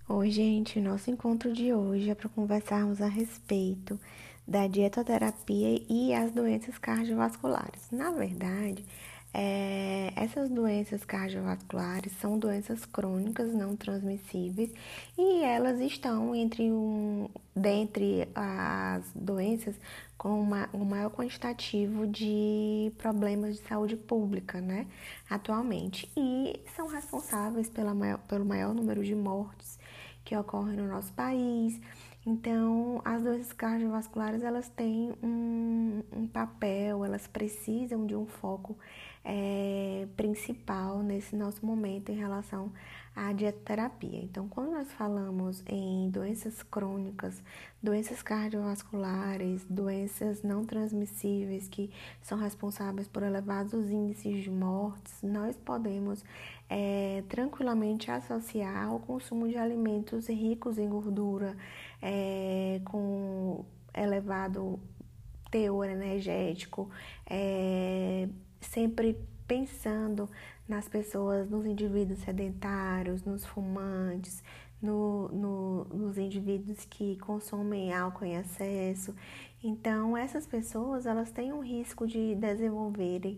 Oi, gente, nosso encontro de hoje é para conversarmos a respeito da dietoterapia e as doenças cardiovasculares. Na verdade, essas doenças cardiovasculares são doenças crônicas não transmissíveis e elas estão dentre as doenças com o maior quantitativo de problemas de saúde pública, né, atualmente, e são responsáveis pelo maior número de mortes que ocorrem no nosso país. Então, as doenças cardiovasculares, elas têm um papel, elas precisam de um foco principal nesse nosso momento em relação à dietoterapia. Então, quando nós falamos em doenças crônicas, doenças cardiovasculares, doenças não transmissíveis que são responsáveis por elevados índices de mortes, nós podemos tranquilamente associar ao consumo de alimentos ricos em gordura, com elevado teor energético, sempre pensando nas pessoas, nos indivíduos sedentários, nos fumantes, nos indivíduos que consomem álcool em excesso. Então, essas pessoas, elas têm um risco de desenvolverem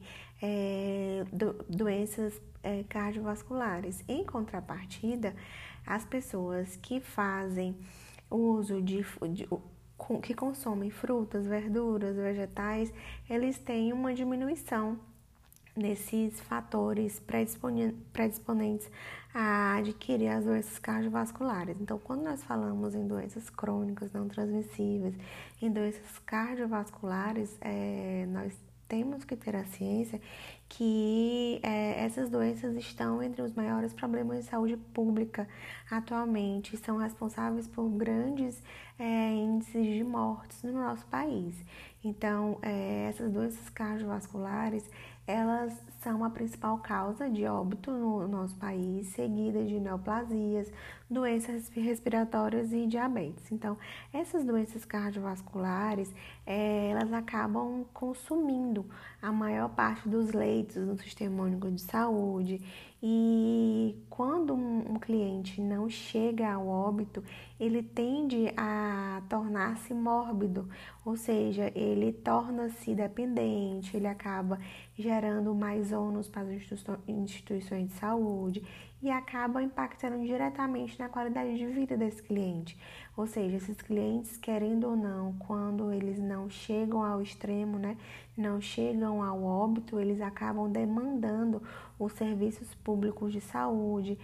doenças cardiovasculares. Em contrapartida, as pessoas que fazem uso que consomem frutas, verduras, vegetais, eles têm uma diminuição nesses fatores predisponentes a adquirir as doenças cardiovasculares. Então, quando nós falamos em doenças crônicas não transmissíveis, em doenças cardiovasculares, nós temos que ter a ciência que essas doenças estão entre os maiores problemas de saúde pública atualmente, são responsáveis por grandes índices de mortes no nosso país. Então, essas doenças cardiovasculares, elas são a principal causa de óbito no nosso país, seguida de neoplasias, doenças respiratórias e diabetes. Então, essas doenças cardiovasculares, elas acabam consumindo a maior parte dos leitos no Sistema Único de Saúde, e quando um cliente não chega ao óbito, ele tende a tornar-se mórbido, ou seja, ele torna-se dependente, ele acaba gerando mais ônus para as instituições de saúde e acaba impactando diretamente na qualidade de vida desse cliente. Ou seja, esses clientes, querendo ou não, quando eles não chegam ao extremo, né, não chegam ao óbito, eles acabam demandando os serviços públicos de saúde,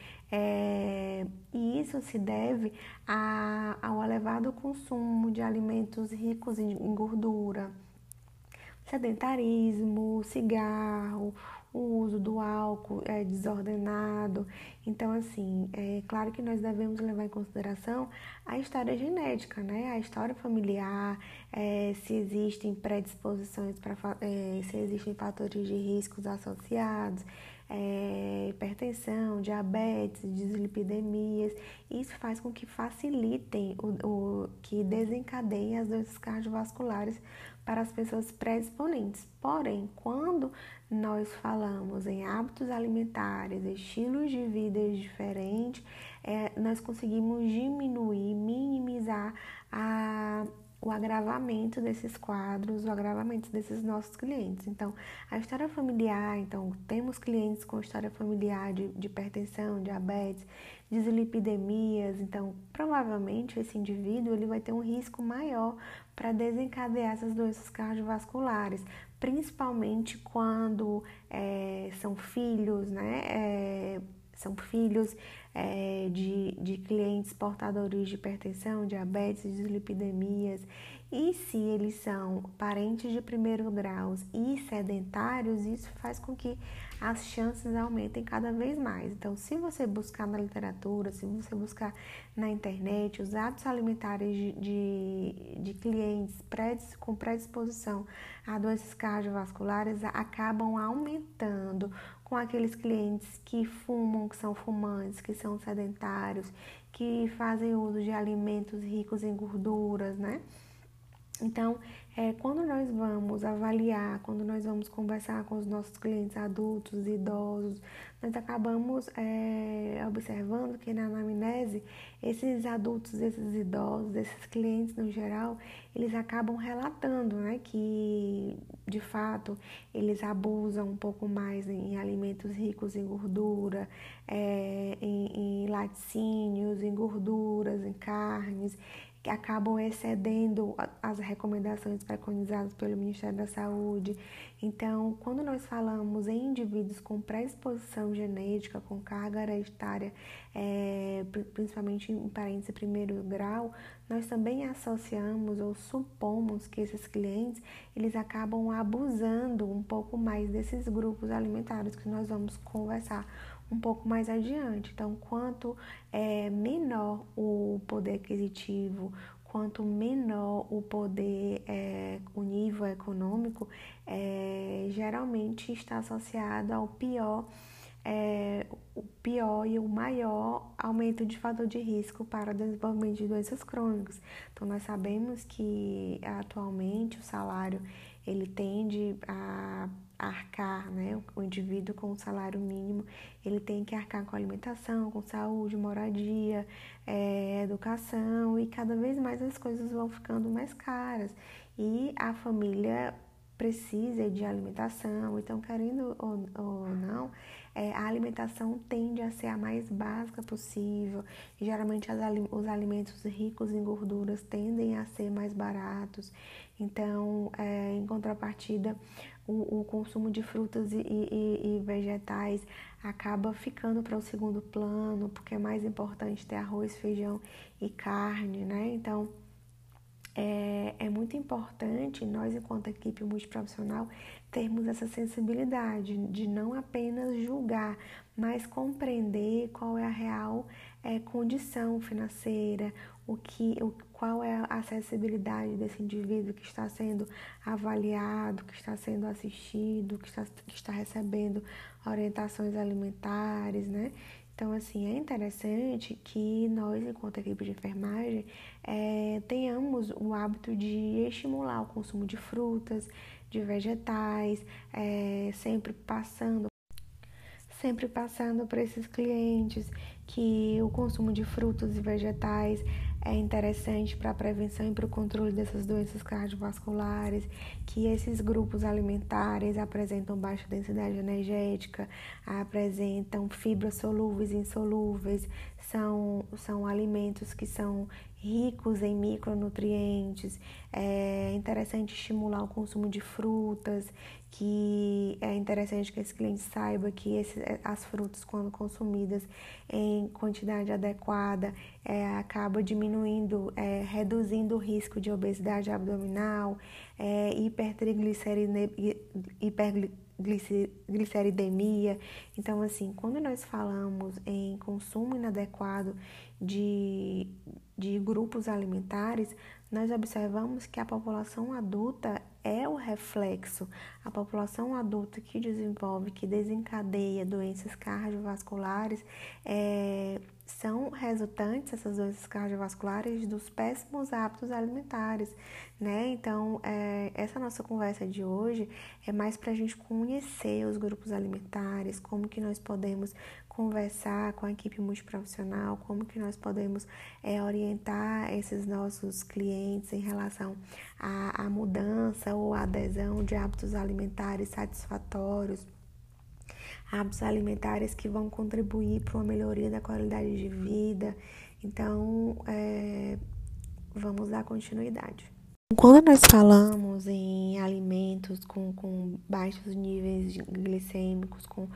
e isso se deve ao elevado consumo de alimentos ricos em gordura, sedentarismo, cigarro, o uso do álcool desordenado. Então, assim, é claro que nós devemos levar em consideração a história genética, né? A história familiar, se existem predisposições, se existem fatores de riscos associados, hipertensão, diabetes, dislipidemias. Isso faz com que facilitem que desencadeiem as doenças cardiovasculares para as pessoas predisponentes. Porém, quando nós falamos em hábitos alimentares, estilos de vida diferentes, nós conseguimos diminuir, minimizar o agravamento desses quadros, o agravamento desses nossos clientes. Então, a história familiar, então, temos clientes com história familiar de hipertensão, diabetes, dislipidemias, então, provavelmente esse indivíduo ele vai ter um risco maior para desencadear essas doenças cardiovasculares, principalmente quando são filhos, né? São filhos de clientes portadores de hipertensão, diabetes, dislipidemias. E se eles são parentes de primeiro grau e sedentários, isso faz com que as chances aumentem cada vez mais. Então, se você buscar na literatura, se você buscar na internet, os hábitos alimentares de clientes com predisposição a doenças cardiovasculares acabam aumentando com aqueles clientes que fumam, que são fumantes, que são sedentários, que fazem uso de alimentos ricos em gorduras, né? Então, Quando nós vamos avaliar, quando nós vamos conversar com os nossos clientes adultos, idosos, nós acabamos observando que na anamnese, esses adultos, esses idosos, esses clientes no geral, eles acabam relatando, né, que de fato eles abusam um pouco mais em alimentos ricos em gordura, em laticínios, em gorduras, em carnes, que acabam excedendo as recomendações preconizadas pelo Ministério da Saúde. Então, quando nós falamos em indivíduos com predisposição genética, com carga hereditária, principalmente em parentes de primeiro grau, nós também associamos ou supomos que esses clientes, eles acabam abusando um pouco mais desses grupos alimentares que nós vamos conversar um pouco mais adiante. Então, quanto menor o poder aquisitivo, quanto menor o poder, o nível econômico, geralmente está associado ao o pior e o maior aumento de fator de risco para o desenvolvimento de doenças crônicas. Então, nós sabemos que atualmente o salário ele tende a arcar, né? O indivíduo com o salário mínimo, ele tem que arcar com alimentação, com saúde, moradia, educação, e cada vez mais as coisas vão ficando mais caras. E a família precisa de alimentação, então, querendo ou não, a alimentação tende a ser a mais básica possível. Geralmente os alimentos ricos em gorduras tendem a ser mais baratos. Então, em contrapartida, o consumo de frutas e vegetais acaba ficando para o segundo plano, porque é mais importante ter arroz, feijão e carne, né? Então, é muito importante nós, enquanto equipe multiprofissional, termos essa sensibilidade de não apenas julgar, mas compreender qual é a real condição financeira, qual é a acessibilidade desse indivíduo que está sendo avaliado, que está sendo assistido, que está recebendo orientações alimentares, né? Então, assim, é interessante que nós, enquanto equipe de enfermagem, tenhamos o hábito de estimular o consumo de frutas, de vegetais, sempre passando para esses clientes que o consumo de frutas e vegetais é interessante para a prevenção e para o controle dessas doenças cardiovasculares, que esses grupos alimentares apresentam baixa densidade energética, apresentam fibras solúveis e insolúveis, são alimentos que são ricos em micronutrientes. É interessante estimular o consumo de frutas, que é interessante que esse cliente saiba que as frutas, quando consumidas em quantidade adequada, acaba diminuindo, reduzindo o risco de obesidade abdominal, hipergliceridemia. Então, assim, quando nós falamos em consumo inadequado de grupos alimentares, nós observamos que a população adulta é o reflexo. A população adulta que desenvolve, que desencadeia doenças cardiovasculares, são resultantes, essas doenças cardiovasculares, dos péssimos hábitos alimentares, né? Então, essa nossa conversa de hoje é mais para a gente conhecer os grupos alimentares, como que nós podemos conversar com a equipe multiprofissional, como que nós podemos orientar esses nossos clientes em relação à mudança ou à adesão de hábitos alimentares satisfatórios, hábitos alimentares que vão contribuir para uma melhoria da qualidade de vida. Então, vamos dar continuidade. Quando nós falamos em alimentos com baixos níveis glicêmicos, com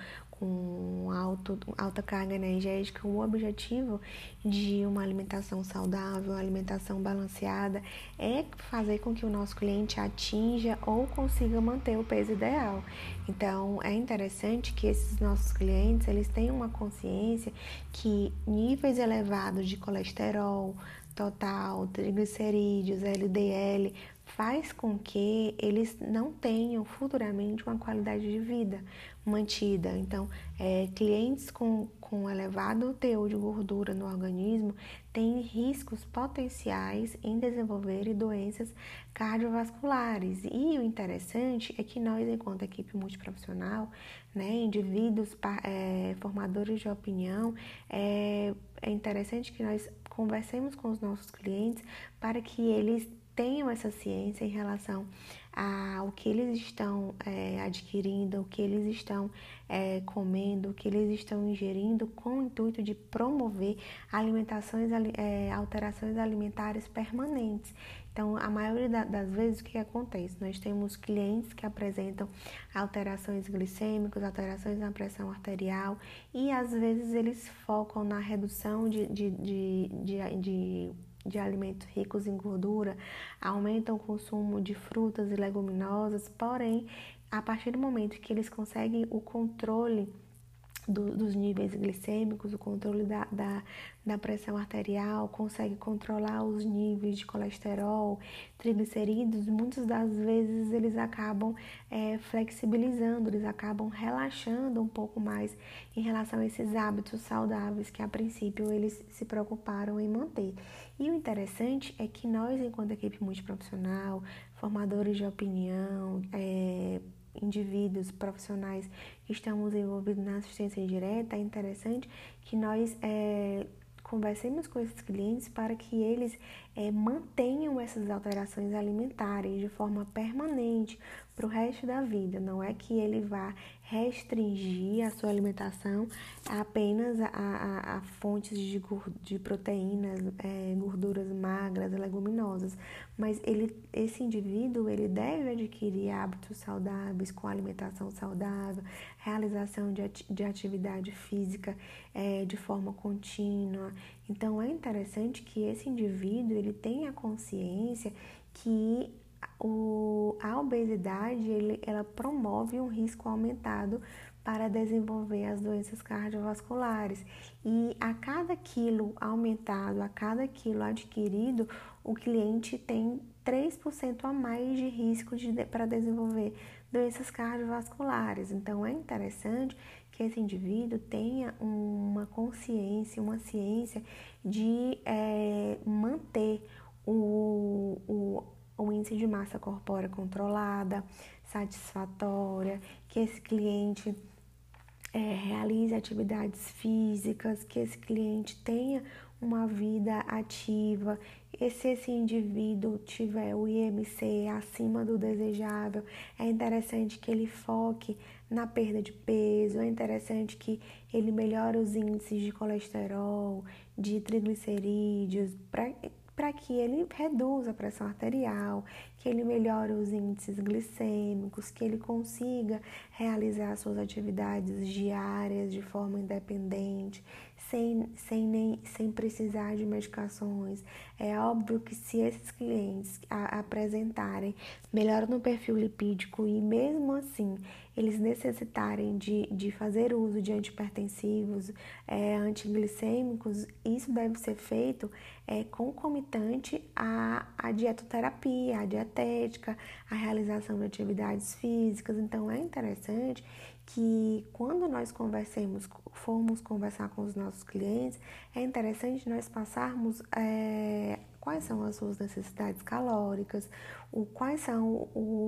alta carga energética, o objetivo de uma alimentação saudável, uma alimentação balanceada, é fazer com que o nosso cliente atinja ou consiga manter o peso ideal. Então, é interessante que esses nossos clientes, eles tenham uma consciência que níveis elevados de colesterol total, triglicerídeos, LDL, faz com que eles não tenham futuramente uma qualidade de vida mantida. Então, clientes com elevado teor de gordura no organismo têm riscos potenciais em desenvolver doenças cardiovasculares. E o interessante é que nós, enquanto equipe multiprofissional, né, indivíduos formadores de opinião, é interessante que nós conversemos com os nossos clientes para que eles tenham essa ciência em relação ao que eles estão adquirindo, o que eles estão comendo, o que eles estão ingerindo, com o intuito de promover alterações alimentares permanentes. Então, a maioria das vezes, o que acontece? Nós temos clientes que apresentam alterações glicêmicas, alterações na pressão arterial e, às vezes, eles focam na redução de alimentos ricos em gordura, aumentam o consumo de frutas e leguminosas, porém, a partir do momento que eles conseguem o controle dos níveis glicêmicos, o controle da pressão arterial, consegue controlar os níveis de colesterol, triglicerídeos, muitas das vezes eles acabam flexibilizando, eles acabam relaxando um pouco mais em relação a esses hábitos saudáveis que a princípio eles se preocuparam em manter. E o interessante é que nós, enquanto equipe multiprofissional, formadores de opinião, indivíduos profissionais que estamos envolvidos na assistência direta, é interessante que nós conversemos com esses clientes para que eles mantenham essas alterações alimentares de forma permanente para o resto da vida. Não é que ele vá restringir a sua alimentação apenas a fontes de proteínas, gorduras magras, leguminosas, mas esse indivíduo ele deve adquirir hábitos saudáveis com alimentação saudável, realização de atividade física de forma contínua. Então, é interessante que esse indivíduo ele tenha consciência que a obesidade ela promove um risco aumentado para desenvolver as doenças cardiovasculares. E a cada quilo aumentado, a cada quilo adquirido, o cliente tem 3% a mais de risco para desenvolver doenças cardiovasculares. Então, é interessante que esse indivíduo tenha uma consciência, uma ciência de manter o índice de massa corpórea controlada, satisfatória, que esse cliente realize atividades físicas, que esse cliente tenha uma vida ativa. E se esse indivíduo tiver o IMC acima do desejável, é interessante que ele foque na perda de peso, é interessante que ele melhore os índices de colesterol, de triglicerídeos, para que ele reduza a pressão arterial, que ele melhore os índices glicêmicos, que ele consiga realizar suas atividades diárias de forma independente, sem precisar de medicações. É óbvio que se esses clientes apresentarem melhora no perfil lipídico e mesmo assim eles necessitarem de fazer uso de antihipertensivos, antiglicêmicos, isso deve ser feito concomitante à dietoterapia, à dietética, à realização de atividades físicas. Então, é interessante que quando nós formos conversar com os nossos clientes, é interessante nós passarmos quais são as suas necessidades calóricas, quais são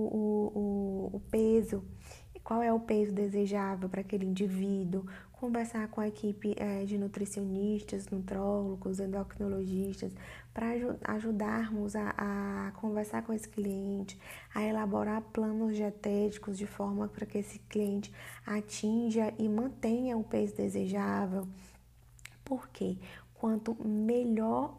o peso, qual é o peso desejável para aquele indivíduo, conversar com a equipe de nutricionistas, nutrólogos, endocrinologistas, para ajudarmos a conversar com esse cliente, a elaborar planos dietéticos de forma para que esse cliente atinja e mantenha o peso desejável. Por quê? Quanto melhor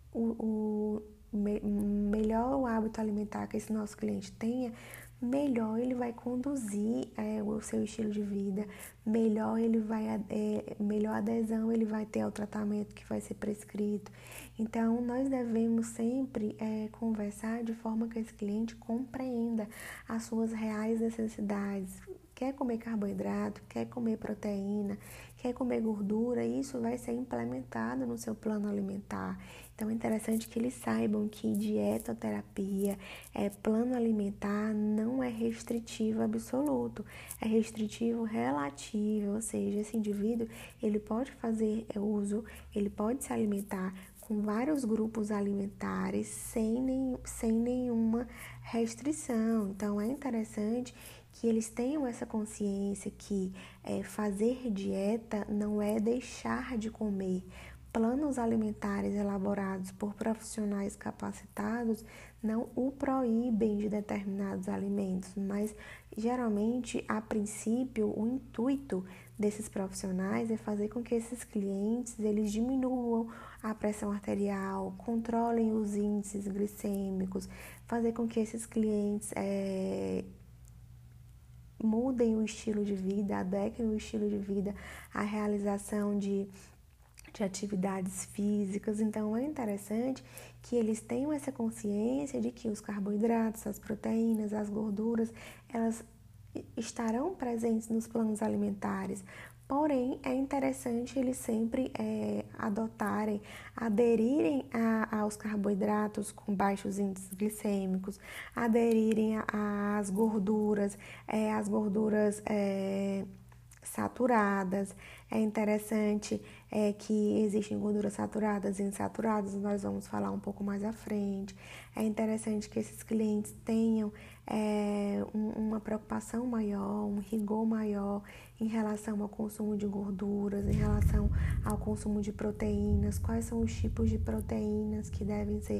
melhor o hábito alimentar que esse nosso cliente tenha, melhor ele vai conduzir o seu estilo de vida, melhor adesão ele vai ter ao tratamento que vai ser prescrito. Então, nós devemos sempre conversar de forma que esse cliente compreenda as suas reais necessidades, quer comer carboidrato, quer comer proteína, quer comer gordura, isso vai ser implementado no seu plano alimentar. Então é interessante que eles saibam que dietoterapia, plano alimentar não é restritivo absoluto, é restritivo relativo, ou seja, esse indivíduo ele pode fazer uso, ele pode se alimentar com vários grupos alimentares sem nenhuma restrição. Então é interessante que eles tenham essa consciência que fazer dieta não é deixar de comer. Planos alimentares elaborados por profissionais capacitados não o proíbem de determinados alimentos, mas geralmente, a princípio, o intuito desses profissionais é fazer com que esses clientes eles diminuam a pressão arterial, controlem os índices glicêmicos, fazer com que esses clientes mudem o estilo de vida, adequem o estilo de vida à realização de atividades físicas. Então é interessante que eles tenham essa consciência de que os carboidratos, as proteínas, as gorduras, elas estarão presentes nos planos alimentares. Porém, é interessante eles sempre aderirem aos carboidratos com baixos índices glicêmicos, aderirem às gorduras, saturadas. É interessante que existem gorduras saturadas e insaturadas, nós vamos falar um pouco mais à frente. É interessante que esses clientes tenham uma preocupação maior, um rigor maior em relação ao consumo de gorduras, em relação ao consumo de proteínas, quais são os tipos de proteínas que devem ser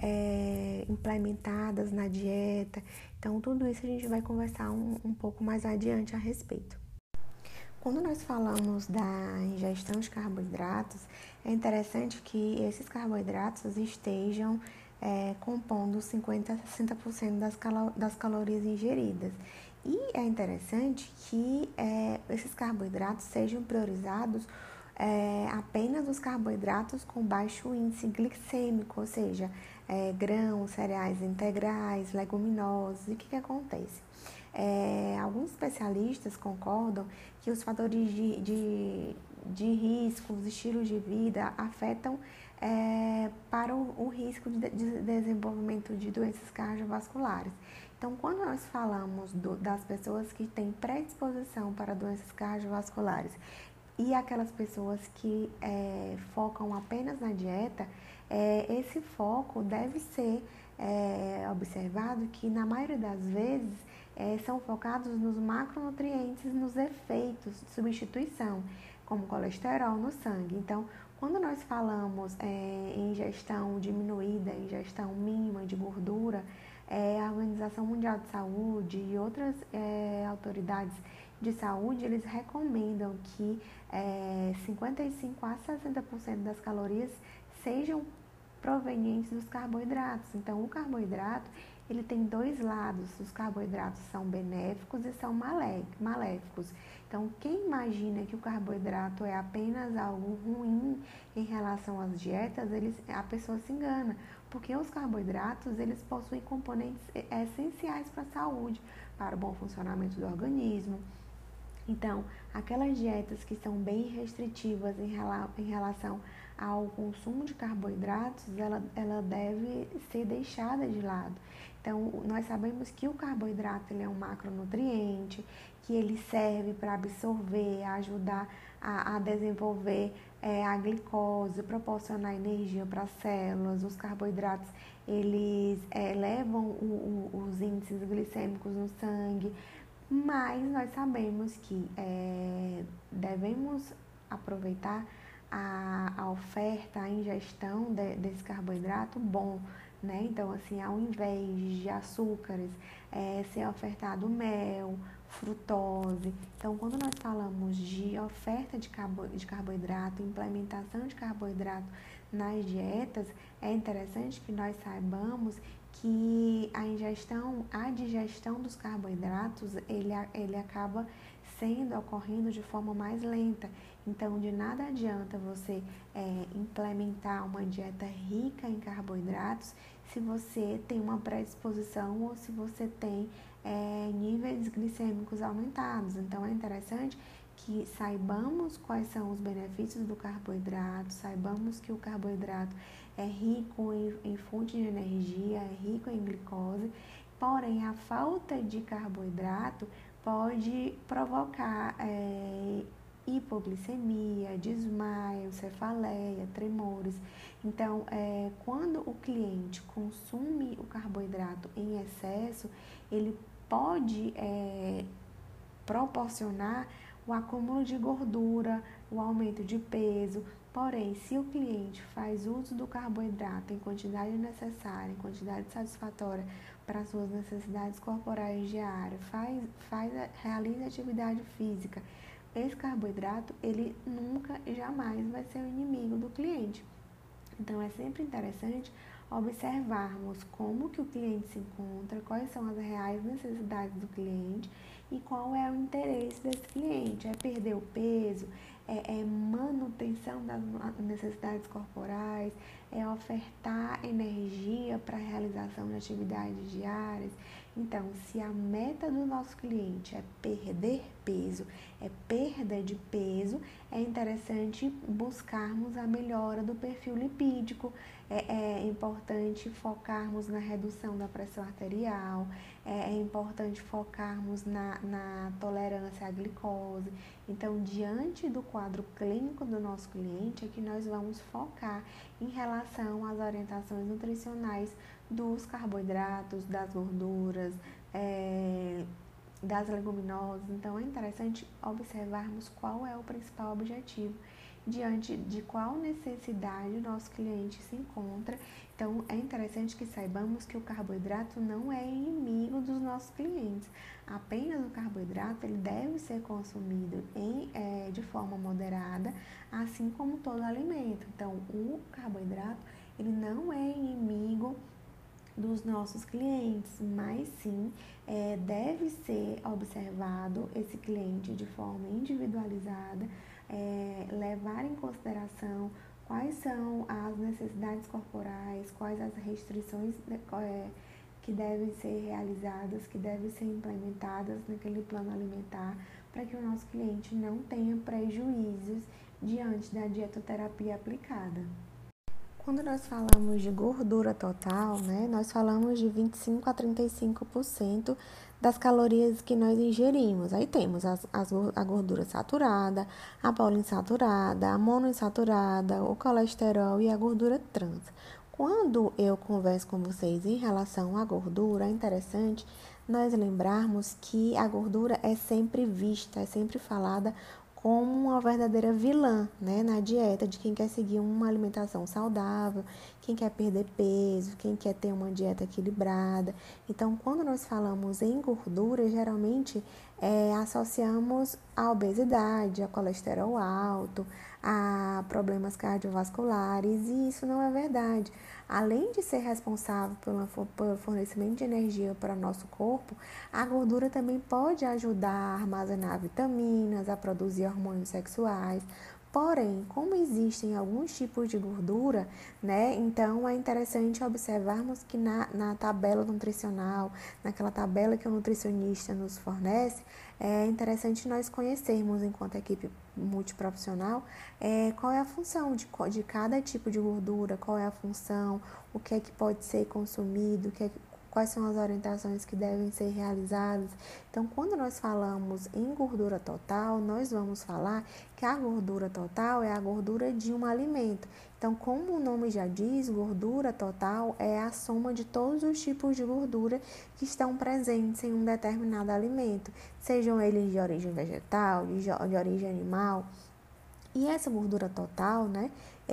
implementadas na dieta. Então, tudo isso a gente vai conversar um pouco mais adiante a respeito. Quando nós falamos da ingestão de carboidratos, é interessante que esses carboidratos estejam compondo 50% a 60% das calorias ingeridas. E é interessante que esses carboidratos sejam priorizados apenas os carboidratos com baixo índice glicêmico, ou seja, grãos, cereais integrais, leguminosas. E o que acontece? Alguns especialistas concordam que os fatores de risco, os estilos de vida afetam para o risco de desenvolvimento de doenças cardiovasculares. Então, quando nós falamos das pessoas que têm predisposição para doenças cardiovasculares e aquelas pessoas que focam apenas na dieta, esse foco deve ser observado que, na maioria das vezes, são focados nos macronutrientes, nos efeitos de substituição, como colesterol no sangue. Então, quando nós falamos em ingestão diminuída, ingestão mínima de gordura, a Organização Mundial de Saúde e outras autoridades de saúde, eles recomendam que 55% a 60% das calorias sejam provenientes dos carboidratos. Então, o carboidrato, ele tem dois lados. Os carboidratos são benéficos e são maléficos. Então, quem imagina que o carboidrato é apenas algo ruim em relação às dietas, a pessoa se engana, porque os carboidratos, eles possuem componentes essenciais para a saúde, para o bom funcionamento do organismo. Então, aquelas dietas que são bem restritivas em relação ao consumo de carboidratos, ela deve ser deixada de lado. Então, nós sabemos que o carboidrato ele é um macronutriente, que ele serve para absorver, ajudar a desenvolver a glicose, proporcionar energia para as células. Os carboidratos, eles elevam os índices glicêmicos no sangue, mas nós sabemos que devemos aproveitar a oferta, a ingestão desse carboidrato bom, né? Então, assim, ao invés de açúcares, ser ofertado mel, frutose. Então, quando nós falamos de oferta de carboidrato, implementação de carboidrato nas dietas, é interessante que nós saibamos que a digestão dos carboidratos, ele acaba ocorrendo de forma mais lenta. Então, de nada adianta você implementar uma dieta rica em carboidratos se você tem uma predisposição ou se você tem níveis glicêmicos aumentados. Então, é interessante que saibamos quais são os benefícios do carboidrato, saibamos que o carboidrato é rico em fonte de energia, é rico em glicose, porém a falta de carboidrato pode provocar hipoglicemia, desmaio, cefaleia, tremores. Então, quando o cliente consome o carboidrato em excesso, ele pode proporcionar o acúmulo de gordura, o aumento de peso. Porém, se o cliente faz uso do carboidrato em quantidade necessária, em quantidade satisfatória para as suas necessidades corporais diárias, realiza atividade física, esse carboidrato, ele nunca, jamais vai ser o inimigo do cliente. Então, é sempre interessante observarmos como que o cliente se encontra, quais são as reais necessidades do cliente e qual é o interesse desse cliente. É perder o peso, é manutenção das necessidades corporais, é ofertar energia para a realização de atividades diárias. Então, se a meta do nosso cliente é perder peso, é perda de peso, é interessante buscarmos a melhora do perfil lipídico, é importante focarmos na redução da pressão arterial, é importante focarmos na tolerância à glicose. Então, diante do quadro clínico do nosso cliente, é que nós vamos focar em relação às orientações nutricionais dos carboidratos, das gorduras, das leguminosas. Então, é interessante observarmos qual é o principal objetivo, diante de qual necessidade o nosso cliente se encontra. Então, é interessante que saibamos que o carboidrato não é inimigo dos nossos clientes. Apenas o carboidrato ele deve ser consumido de forma moderada, assim como todo alimento. Então, o carboidrato ele não é inimigo dos nossos clientes, mas sim deve ser observado esse cliente de forma individualizada, levar em consideração quais são as necessidades corporais, quais as restrições que devem ser realizadas, que devem ser implementadas naquele plano alimentar, para que o nosso cliente não tenha prejuízos diante da dietoterapia aplicada. Quando nós falamos de gordura total, né, nós falamos de 25 a 35% das calorias que nós ingerimos. Aí temos a gordura saturada, a poliinsaturada, a monoinsaturada, o colesterol e a gordura trans. Quando eu converso com vocês em relação à gordura, é interessante nós lembrarmos que a gordura é sempre vista, é sempre falada como uma verdadeira vilã, né, na dieta de quem quer seguir uma alimentação saudável, quem quer perder peso, quem quer ter uma dieta equilibrada. Então, quando nós falamos em gordura, geralmente associamos a obesidade, a colesterol alto, a problemas cardiovasculares, e isso não é verdade. Além de ser responsável pelo fornecimento de energia para o nosso corpo, a gordura também pode ajudar a armazenar vitaminas, a produzir hormônios sexuais. Porém, como existem alguns tipos de gordura, né, então é interessante observarmos que na tabela nutricional, naquela tabela que o nutricionista nos fornece, é interessante nós conhecermos, enquanto equipe multiprofissional, qual é a função de cada tipo de gordura, qual é a função, o que é que pode ser consumido, quais são as orientações que devem ser realizadas. Então, quando nós falamos em gordura total, nós vamos falar que a gordura total é a gordura de um alimento. Então, como o nome já diz, gordura total é a soma de todos os tipos de gordura que estão presentes em um determinado alimento, sejam eles de origem vegetal, de origem animal. E essa gordura total, né,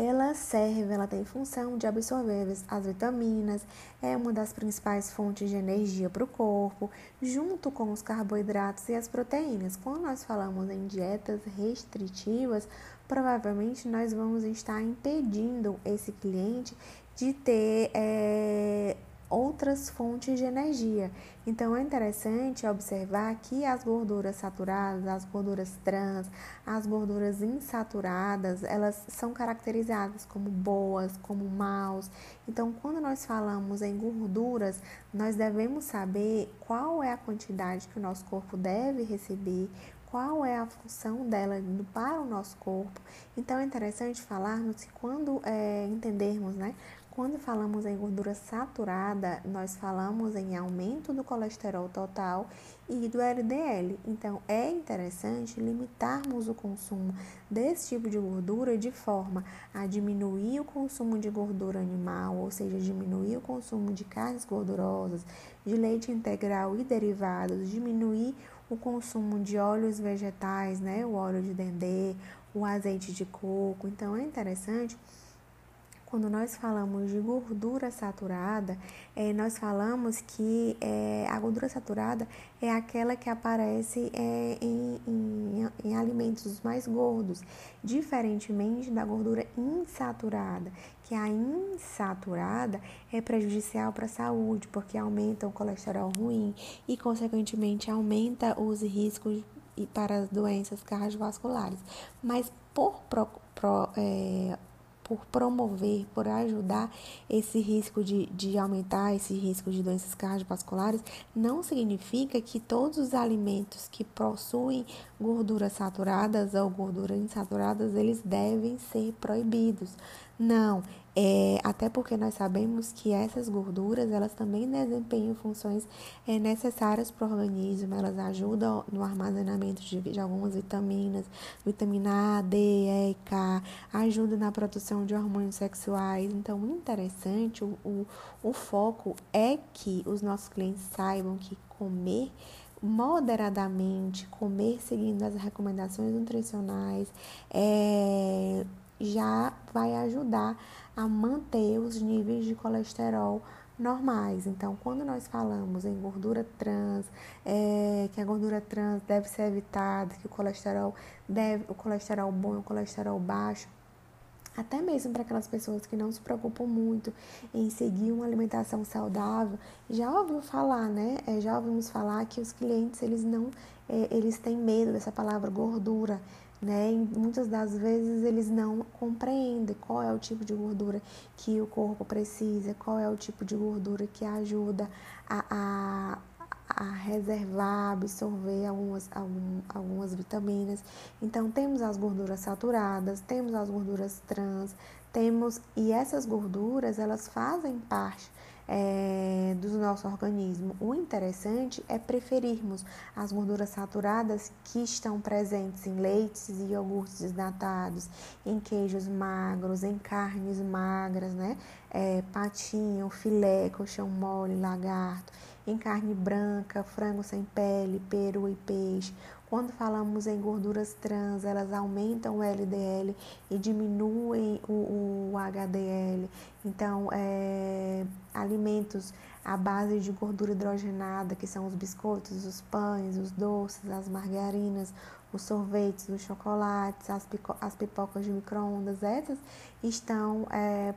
ela tem função de absorver as vitaminas, é uma das principais fontes de energia para o corpo, junto com os carboidratos e as proteínas. Quando nós falamos em dietas restritivas, provavelmente nós vamos estar impedindo esse cliente de ter outras fontes de energia. Então, é interessante observar que as gorduras saturadas, as gorduras trans, as gorduras insaturadas, elas são caracterizadas como boas, como maus. Então, quando nós falamos em gorduras, nós devemos saber qual é a quantidade que o nosso corpo deve receber, qual é a função dela para o nosso corpo. Então, é interessante falarmos que quando entendermos, né? Quando falamos em gordura saturada, nós falamos em aumento do colesterol total e do LDL. Então, é interessante limitarmos o consumo desse tipo de gordura de forma a diminuir o consumo de gordura animal, ou seja, diminuir o consumo de carnes gordurosas, de leite integral e derivados, diminuir o consumo de óleos vegetais, né? O óleo de dendê, o azeite de coco. Então, é interessante. Quando nós falamos de gordura saturada, nós falamos que a gordura saturada é aquela que aparece em alimentos mais gordos, diferentemente da gordura insaturada, que a insaturada é prejudicial para a saúde, porque aumenta o colesterol ruim e, consequentemente, aumenta os riscos para as doenças cardiovasculares. Mas por promover, por ajudar esse risco de aumentar esse risco de doenças cardiovasculares, não significa que todos os alimentos que possuem gorduras saturadas ou gorduras insaturadas, eles devem ser proibidos. Não, até porque nós sabemos que essas gorduras, elas também desempenham funções necessárias para o organismo, elas ajudam no armazenamento de algumas vitaminas, vitamina A, D, E e K, ajudam na produção de hormônios sexuais. Então, o interessante, o foco é que os nossos clientes saibam que comer moderadamente, comer seguindo as recomendações nutricionais, já vai ajudar a manter os níveis de colesterol normais. Então, quando nós falamos em gordura trans, que a gordura trans deve ser evitada, que o colesterol bom e o colesterol baixo, até mesmo para aquelas pessoas que não se preocupam muito em seguir uma alimentação saudável, já ouviu falar, né? Já ouvimos falar que os clientes, eles têm medo dessa palavra gordura, né? E muitas das vezes eles não compreendem qual é o tipo de gordura que o corpo precisa, qual é o tipo de gordura que ajuda a reservar, absorver algumas vitaminas. Então, temos as gorduras saturadas, temos as gorduras trans, e essas gorduras, elas fazem parte do nosso organismo. O interessante é preferirmos as gorduras saturadas que estão presentes em leites e iogurtes desnatados, em queijos magros, em carnes magras, né? Patinho, filé, colchão mole, lagarto, em carne branca, frango sem pele, peru e peixe. Quando falamos em gorduras trans, elas aumentam o LDL e diminuem o HDL. Então, alimentos à base de gordura hidrogenada, que são os biscoitos, os pães, os doces, as margarinas, os sorvetes, os chocolates, as pipocas de micro-ondas, essas estão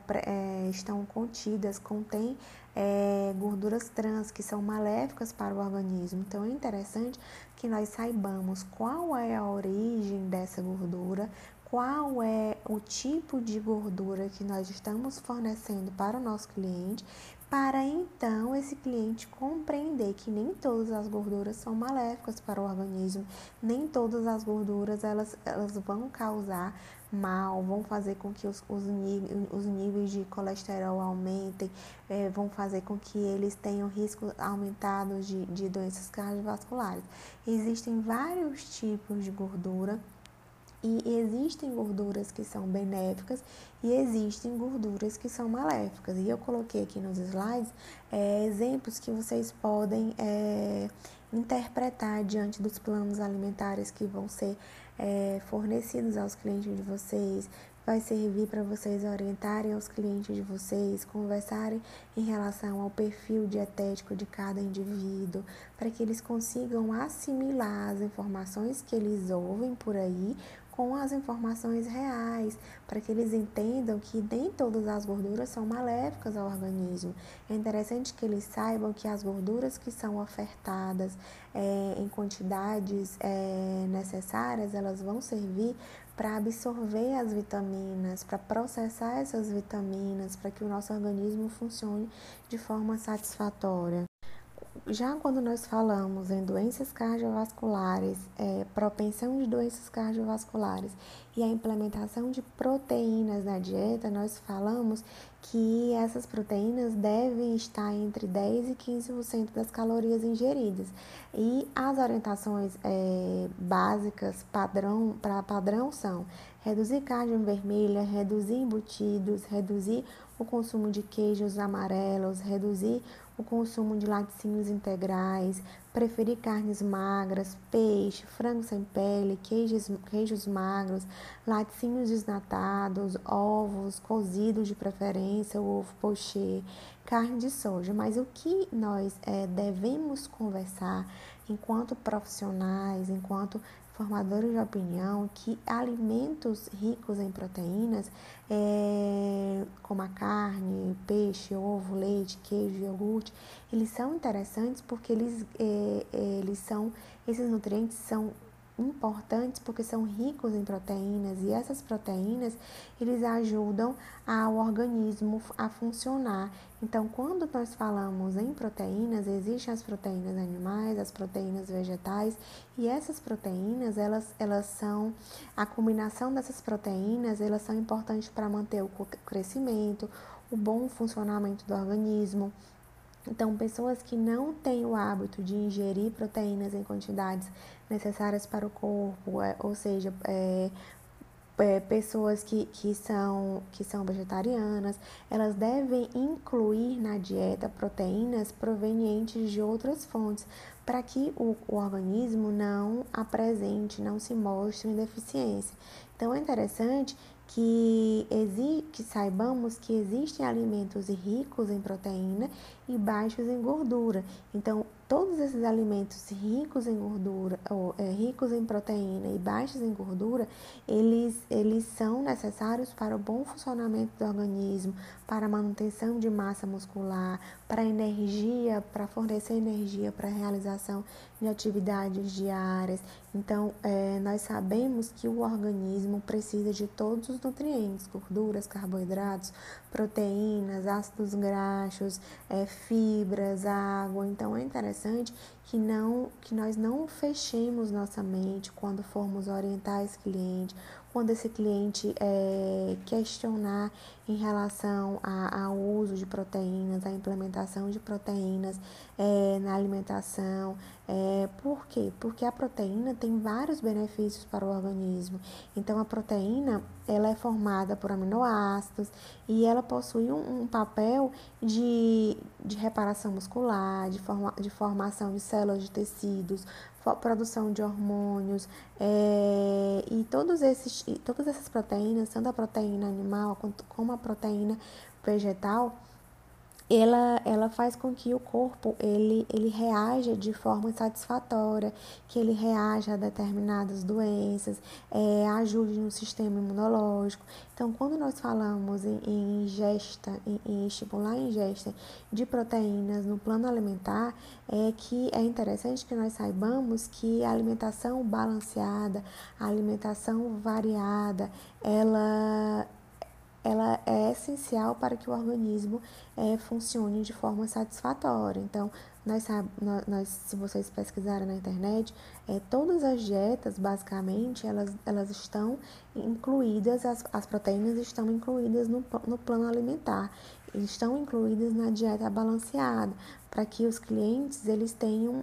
contêm gorduras trans que são maléficas para o organismo. Então, é interessante que nós saibamos qual é a origem dessa gordura, qual é o tipo de gordura que nós estamos fornecendo para o nosso cliente, para então esse cliente compreender que nem todas as gorduras são maléficas para o organismo, nem todas as gorduras elas vão causar mal, vão fazer com que os níveis de colesterol aumentem, vão fazer com que eles tenham riscos aumentados de doenças cardiovasculares. Existem vários tipos de gordura. E existem gorduras que são benéficas e existem gorduras que são maléficas. E eu coloquei aqui nos slides exemplos que vocês podem interpretar diante dos planos alimentares que vão ser fornecidos aos clientes de vocês. Vai servir para vocês orientarem os clientes de vocês, conversarem em relação ao perfil dietético de cada indivíduo, para que eles consigam assimilar as informações que eles ouvem por aí com as informações reais, para que eles entendam que nem todas as gorduras são maléficas ao organismo. É interessante que eles saibam que as gorduras que são ofertadas em quantidades necessárias, elas vão servir para absorver as vitaminas, para processar essas vitaminas, para que o nosso organismo funcione de forma satisfatória. Já quando nós falamos em doenças cardiovasculares, propensão de doenças cardiovasculares e a implementação de proteínas na dieta, nós falamos que essas proteínas devem estar entre 10 e 15% das calorias ingeridas. E as orientações básicas para padrão são reduzir carne vermelha, reduzir embutidos, reduzir o consumo de queijos amarelos, reduzir o consumo de laticínios integrais, preferir carnes magras, peixe, frango sem pele, queijos magros, laticínios desnatados, ovos cozidos de preferência, o ovo pochê, carne de soja. Mas o que nós devemos conversar enquanto profissionais, enquanto formadores de opinião, que alimentos ricos em proteínas, como a carne, peixe, ovo, leite, queijo, iogurte, eles são interessantes porque esses nutrientes são importantes porque são ricos em proteínas e essas proteínas eles ajudam ao organismo a funcionar. Então, quando nós falamos em proteínas, existem as proteínas animais, as proteínas vegetais e essas proteínas, elas são, a combinação dessas proteínas, elas são importantes para manter o crescimento, o bom funcionamento do organismo. Então, pessoas que não têm o hábito de ingerir proteínas em quantidades necessárias para o corpo, ou seja, pessoas que são vegetarianas, elas devem incluir na dieta proteínas provenientes de outras fontes, para que o organismo não apresente, não se mostre em deficiência. Então, é interessante que saibamos que existem alimentos ricos em proteína e baixos em gordura. Então, todos esses alimentos ricos em gordura, ricos em proteína e baixos em gordura, eles são necessários para o bom funcionamento do organismo, para a manutenção de massa muscular, para energia, para fornecer energia para a realização de atividades diárias. Então, nós sabemos que o organismo precisa de todos os nutrientes, gorduras, carboidratos, proteínas, ácidos graxos, fibras, água. Então, é interessante que nós não fechemos nossa mente quando formos orientar esse cliente, quando esse cliente questionar em relação ao uso de proteínas, à implementação de proteínas na alimentação. Por quê? Porque a proteína tem vários benefícios para o organismo. Então, a proteína ela é formada por aminoácidos e ela possui um papel de reparação muscular, de formação de células de tecidos, produção de hormônios, e todas essas proteínas, tanto a proteína animal como a proteína vegetal, ela faz com que o corpo ele reaja de forma satisfatória, que ele reaja a determinadas doenças, ajude no sistema imunológico. Então, quando nós falamos em estimular a ingesta de proteínas no plano alimentar, que é interessante que nós saibamos que a alimentação balanceada, a alimentação variada, ela é essencial para que o organismo funcione de forma satisfatória. Então, se vocês pesquisarem na internet, todas as dietas, basicamente, elas estão incluídas, as proteínas estão incluídas no plano alimentar, estão incluídas na dieta balanceada, para que os clientes eles tenham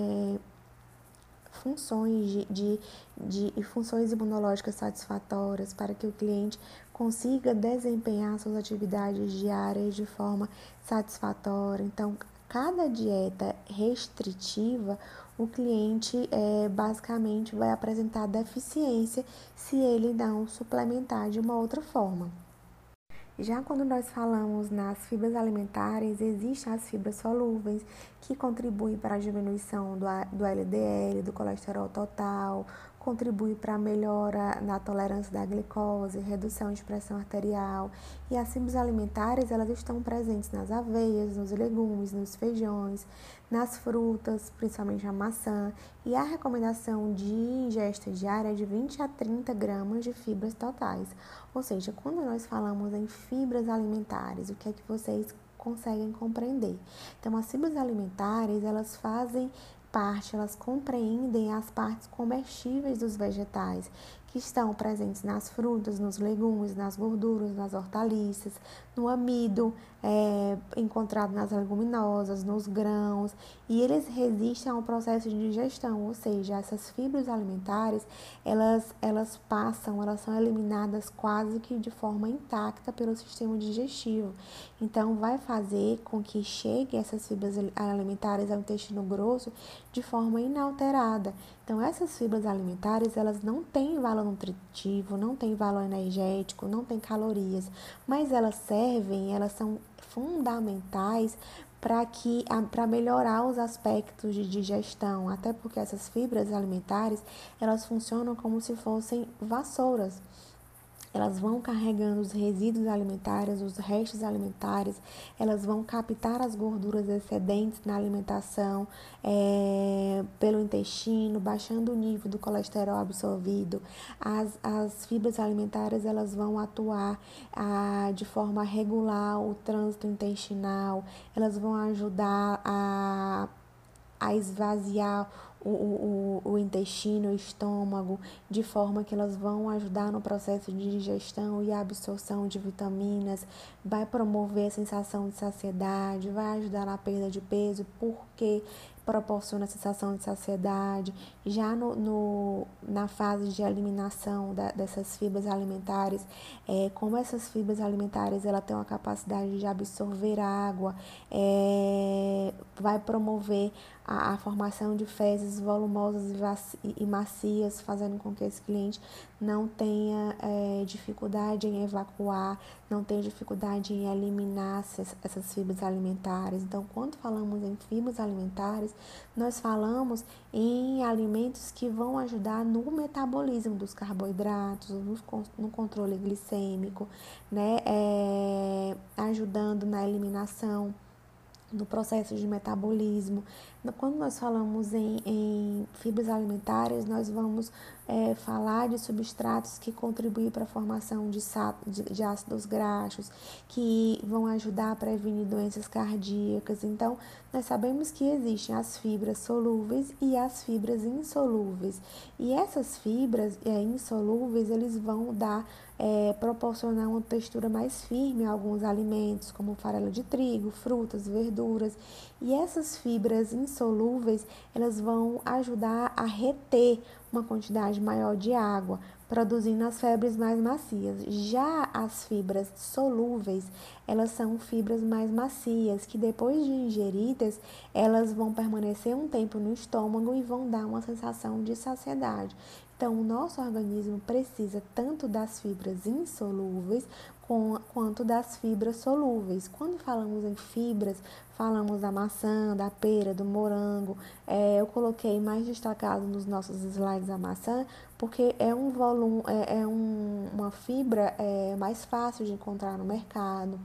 funções funções imunológicas satisfatórias, para que o cliente consiga desempenhar suas atividades diárias de forma satisfatória. Então, cada dieta restritiva, o cliente basicamente vai apresentar deficiência se ele não suplementar de uma outra forma. Já quando nós falamos nas fibras alimentares, existem as fibras solúveis, que contribuem para a diminuição do LDL, do colesterol total, contribui para a melhora na tolerância da glicose, redução de pressão arterial. E as fibras alimentares, elas estão presentes nas aveias, nos legumes, nos feijões, nas frutas, principalmente a maçã. E a recomendação de ingesta diária é de 20 a 30 gramas de fibras totais. Ou seja, quando nós falamos em fibras alimentares, o que é que vocês conseguem compreender? Então, as fibras alimentares, elas fazem parte, elas compreendem as partes comestíveis dos vegetais, que estão presentes nas frutas, nos legumes, nas gorduras, nas hortaliças, no amido, encontrado nas leguminosas, nos grãos, e eles resistem ao processo de digestão, ou seja, essas fibras alimentares, elas são eliminadas quase que de forma intacta pelo sistema digestivo. Então, vai fazer com que chegue essas fibras alimentares ao intestino grosso de forma inalterada. Então, essas fibras alimentares, elas não têm valor nutritivo, não têm valor energético, não têm calorias, mas elas são fundamentais para melhorar os aspectos de digestão, até porque essas fibras alimentares, elas funcionam como se fossem vassouras. Elas vão carregando os resíduos alimentares, os restos alimentares, elas vão captar as gorduras excedentes na alimentação pelo intestino, baixando o nível do colesterol absorvido. As fibras alimentares, elas vão atuar de forma a regular o trânsito intestinal, elas vão ajudar a esvaziar o intestino, o estômago, de forma que elas vão ajudar no processo de digestão e absorção de vitaminas, vai promover a sensação de saciedade, vai ajudar na perda de peso, porque proporciona a sensação de saciedade. Já na fase de eliminação dessas fibras alimentares, como essas fibras alimentares ela tem uma capacidade de absorver água, vai promover a formação de fezes volumosas e macias, fazendo com que esse cliente não tenha dificuldade em evacuar, não tenha dificuldade em eliminar essas fibras alimentares. Então, quando falamos em fibras alimentares, nós falamos em alimentos que vão ajudar no metabolismo dos carboidratos, no controle glicêmico, né? Ajudando na eliminação, no processo de metabolismo. Quando nós falamos em fibras alimentares, nós vamos falar de substratos que contribuem para a formação de ácidos graxos, que vão ajudar a prevenir doenças cardíacas. Então, nós sabemos que existem as fibras solúveis e as fibras insolúveis. E essas fibras insolúveis, eles vão proporcionar uma textura mais firme a alguns alimentos, como farelo de trigo, frutas, verduras. E essas fibras insolúveis, elas vão ajudar a reter uma quantidade maior de água, produzindo as fibras mais macias. Já as fibras solúveis, elas são fibras mais macias, que depois de ingeridas, elas vão permanecer um tempo no estômago e vão dar uma sensação de saciedade. Então, o nosso organismo precisa tanto das fibras insolúveis quanto das fibras solúveis. Quando falamos em fibras, falamos da maçã, da pera, do morango. Eu coloquei mais destacado nos nossos slides a maçã, porque é um volume, uma fibra mais fácil de encontrar no mercado.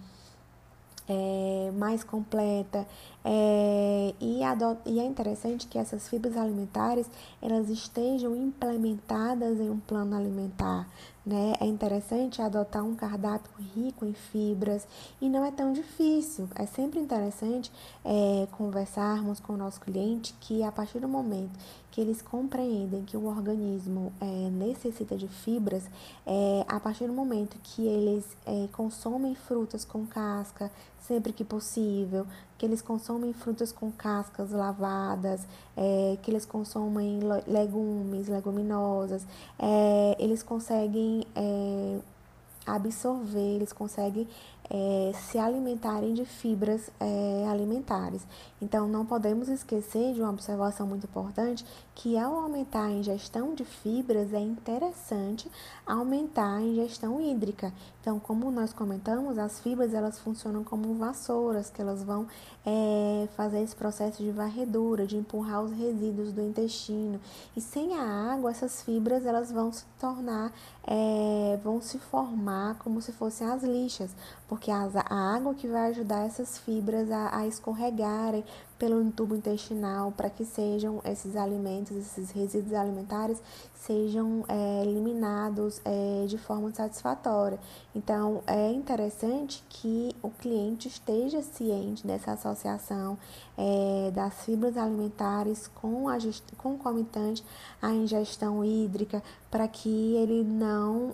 Mais completa, e é interessante que essas fibras alimentares elas estejam implementadas em um plano alimentar, né? É interessante adotar um cardápio rico em fibras e não é tão difícil. É sempre interessante conversarmos com o nosso cliente que a partir do momento que eles compreendem que o organismo necessita de fibras, a partir do momento que eles consomem frutas com casca sempre que possível, que eles consomem frutas com cascas lavadas, que eles consomem legumes, leguminosas, eles conseguem absorver, eles conseguem se alimentarem de fibras alimentares. Então, não podemos esquecer de uma observação muito importante, que ao aumentar a ingestão de fibras, é interessante aumentar a ingestão hídrica. Então, como nós comentamos, as fibras elas funcionam como vassouras, que elas vão fazer esse processo de varredura, de empurrar os resíduos do intestino. E sem a água, essas fibras elas vão se tornar, vão se formar como se fossem as lixas, porque a água que vai ajudar essas fibras a escorregarem pelo tubo intestinal para que sejam esses alimentos, esses resíduos alimentares, sejam eliminados de forma satisfatória. Então, é interessante que o cliente esteja ciente dessa associação das fibras alimentares com concomitante à ingestão hídrica, para que ele não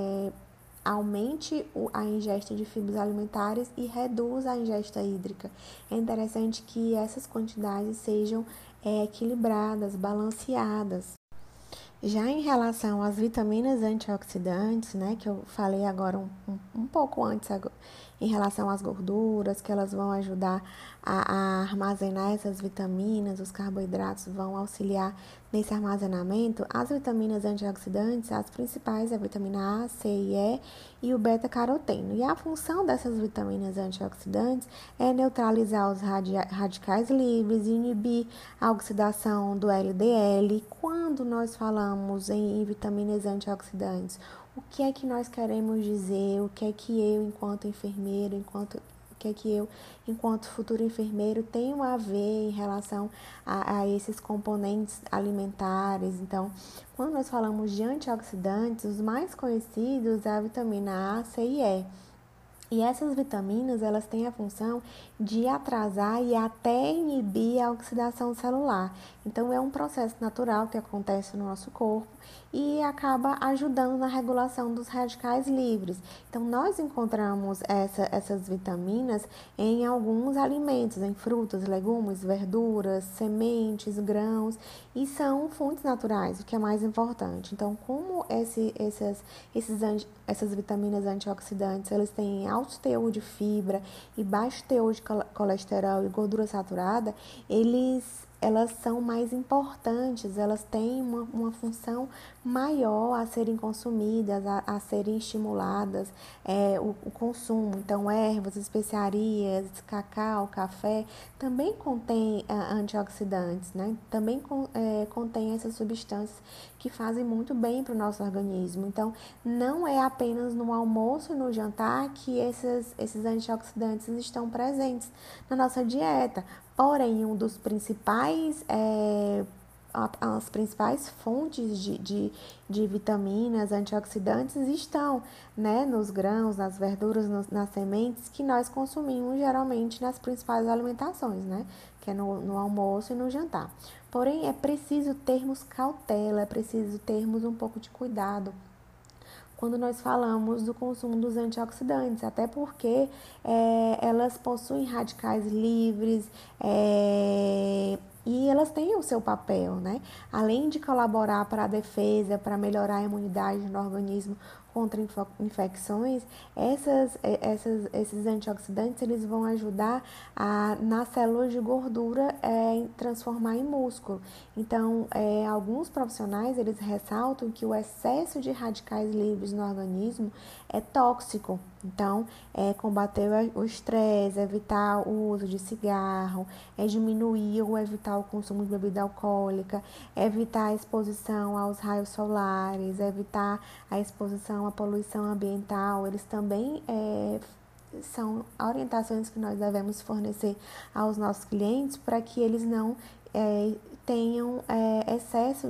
aumente a ingesta de fibras alimentares e reduza a ingesta hídrica. É interessante que essas quantidades sejam equilibradas, balanceadas. Já em relação às vitaminas antioxidantes, né, que eu falei agora um pouco antes, em relação às gorduras, que elas vão ajudar a armazenar essas vitaminas, os carboidratos vão auxiliar nesse armazenamento. As vitaminas antioxidantes, as principais é a vitamina A, C e E o beta-caroteno. E a função dessas vitaminas antioxidantes é neutralizar os radicais livres, inibir a oxidação do LDL. Quando nós falamos em vitaminas antioxidantes, o que é que nós queremos dizer? O que é que eu, enquanto enfermeiro, o que é que eu, enquanto futuro enfermeiro, tenho a ver em relação a esses componentes alimentares? Então, quando nós falamos de antioxidantes, os mais conhecidos é a vitamina A, C e E. E essas vitaminas, elas têm a função de atrasar e até inibir a oxidação celular. Então, é um processo natural que acontece no nosso corpo e acaba ajudando na regulação dos radicais livres. Então, nós encontramos essas vitaminas em alguns alimentos, em frutas, legumes, verduras, sementes, grãos, e são fontes naturais, o que é mais importante. Então, como essas vitaminas antioxidantes, eles têm alto teor de fibra e baixo teor de colesterol e gordura saturada, elas são mais importantes, elas têm uma função maior a serem consumidas, a serem estimuladas, o consumo. Então, ervas, especiarias, cacau, café, também contém antioxidantes, né? Também contém essas substâncias que fazem muito bem para o nosso organismo. Então, não é apenas no almoço e no jantar que esses antioxidantes estão presentes na nossa dieta. Porém, as principais fontes de vitaminas antioxidantes estão, né, nos grãos, nas verduras, nas sementes que nós consumimos geralmente nas principais alimentações, né, que é no almoço e no jantar. Porém, é preciso termos cautela, é preciso termos um pouco de cuidado quando nós falamos do consumo dos antioxidantes, até porque elas possuem radicais livres e elas têm o seu papel, né? Além de colaborar para a defesa, para melhorar a imunidade no organismo contra infecções, esses antioxidantes eles vão ajudar nas células de gordura transformar em músculo. Então, alguns profissionais eles ressaltam que o excesso de radicais livres no organismo é tóxico. Então, combater o estresse, evitar o uso de cigarro, diminuir ou evitar o consumo de bebida alcoólica, evitar a exposição aos raios solares, evitar a exposição à poluição ambiental. Eles também são orientações que nós devemos fornecer aos nossos clientes para que eles não tenham excesso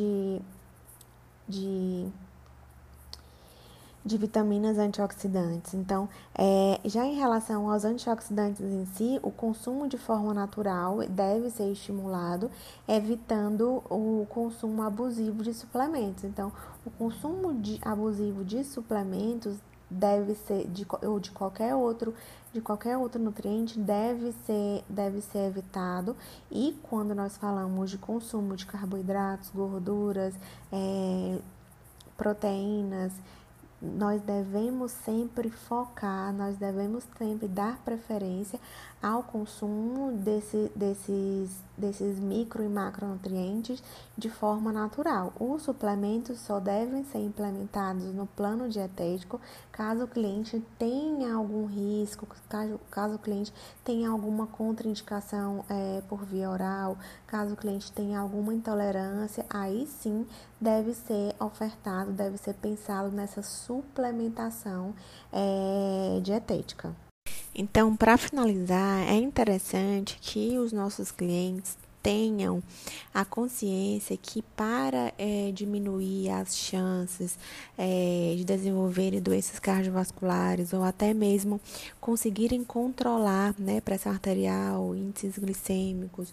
de vitaminas antioxidantes. Então, já em relação aos antioxidantes em si, o consumo de forma natural deve ser estimulado, evitando o consumo abusivo de suplementos. Então, o consumo abusivo de suplementos deve ser, ou de qualquer outro nutriente, deve ser evitado. E quando nós falamos de consumo de carboidratos, gorduras, proteínas, nós devemos sempre focar, nós devemos sempre dar preferência ao consumo desses micro e macronutrientes de forma natural. Os suplementos só devem ser implementados no plano dietético caso o cliente tenha algum risco, caso o cliente tenha alguma contraindicação por via oral, caso o cliente tenha alguma intolerância, aí sim deve ser ofertado, deve ser pensado nessa suplementação dietética. Então, para finalizar, é interessante que os nossos clientes tenham a consciência que para diminuir as chances de desenvolverem doenças cardiovasculares ou até mesmo conseguirem controlar, né, pressão arterial, índices glicêmicos,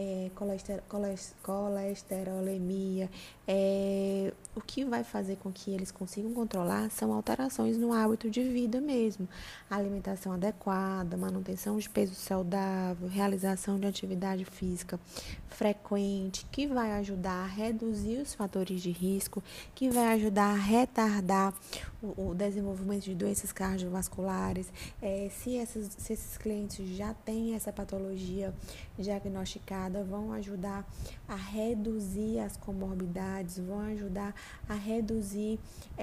colesterolemia, o que vai fazer com que eles consigam controlar são alterações no hábito de vida mesmo, alimentação adequada, manutenção de peso saudável, realização de atividade física frequente, que vai ajudar a reduzir os fatores de risco, que vai ajudar a retardar o desenvolvimento de doenças cardiovasculares. Se esses clientes já têm essa patologia diagnosticada, vão ajudar a reduzir as comorbidades, vão ajudar a reduzir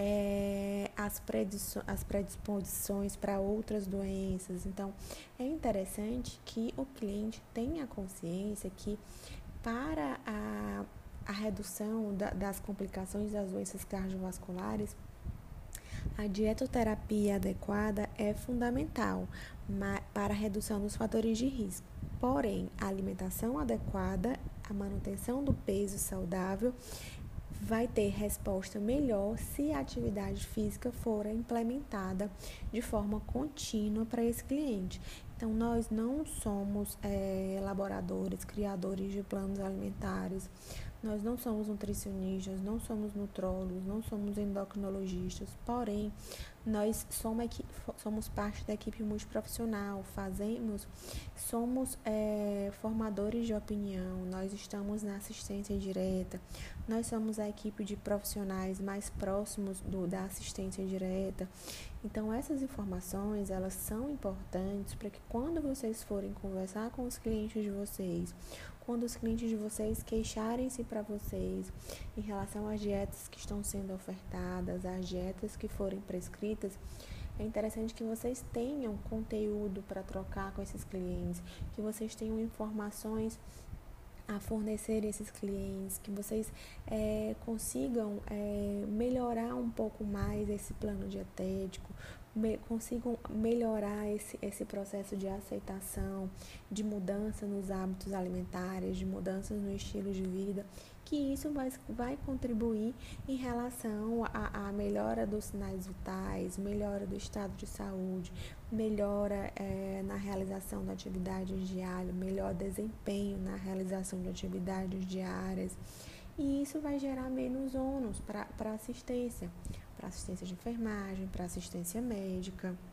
as predisposições para outras doenças. Então, é interessante que o cliente tenha consciência que para a redução das complicações das doenças cardiovasculares, a dietoterapia adequada é fundamental para a redução dos fatores de risco. Porém, a alimentação adequada, a manutenção do peso saudável, vai ter resposta melhor se a atividade física for implementada de forma contínua para esse cliente. Então, nós não somos elaboradores, criadores de planos alimentares, nós não somos nutricionistas, não somos nutrólogos, não somos endocrinologistas, porém, nós somos parte da equipe multiprofissional, somos formadores de opinião, nós estamos na assistência direta, nós somos a equipe de profissionais mais próximos da assistência direta. Então, essas informações, elas são importantes para que quando vocês forem conversar com os clientes de vocês, quando os clientes de vocês queixarem-se para vocês em relação às dietas que estão sendo ofertadas, às dietas que forem prescritas, é interessante que vocês tenham conteúdo para trocar com esses clientes, que vocês tenham informações a fornecer esses clientes, que vocês consigam melhorar um pouco mais esse plano dietético, consigam melhorar esse processo de aceitação, de mudança nos hábitos alimentares, de mudanças no estilo de vida, que isso vai contribuir em relação à melhora dos sinais vitais, melhora do estado de saúde, melhora na realização da atividade diária, melhor desempenho na realização de atividades diárias. E isso vai gerar menos ônus para assistência de enfermagem, para assistência médica.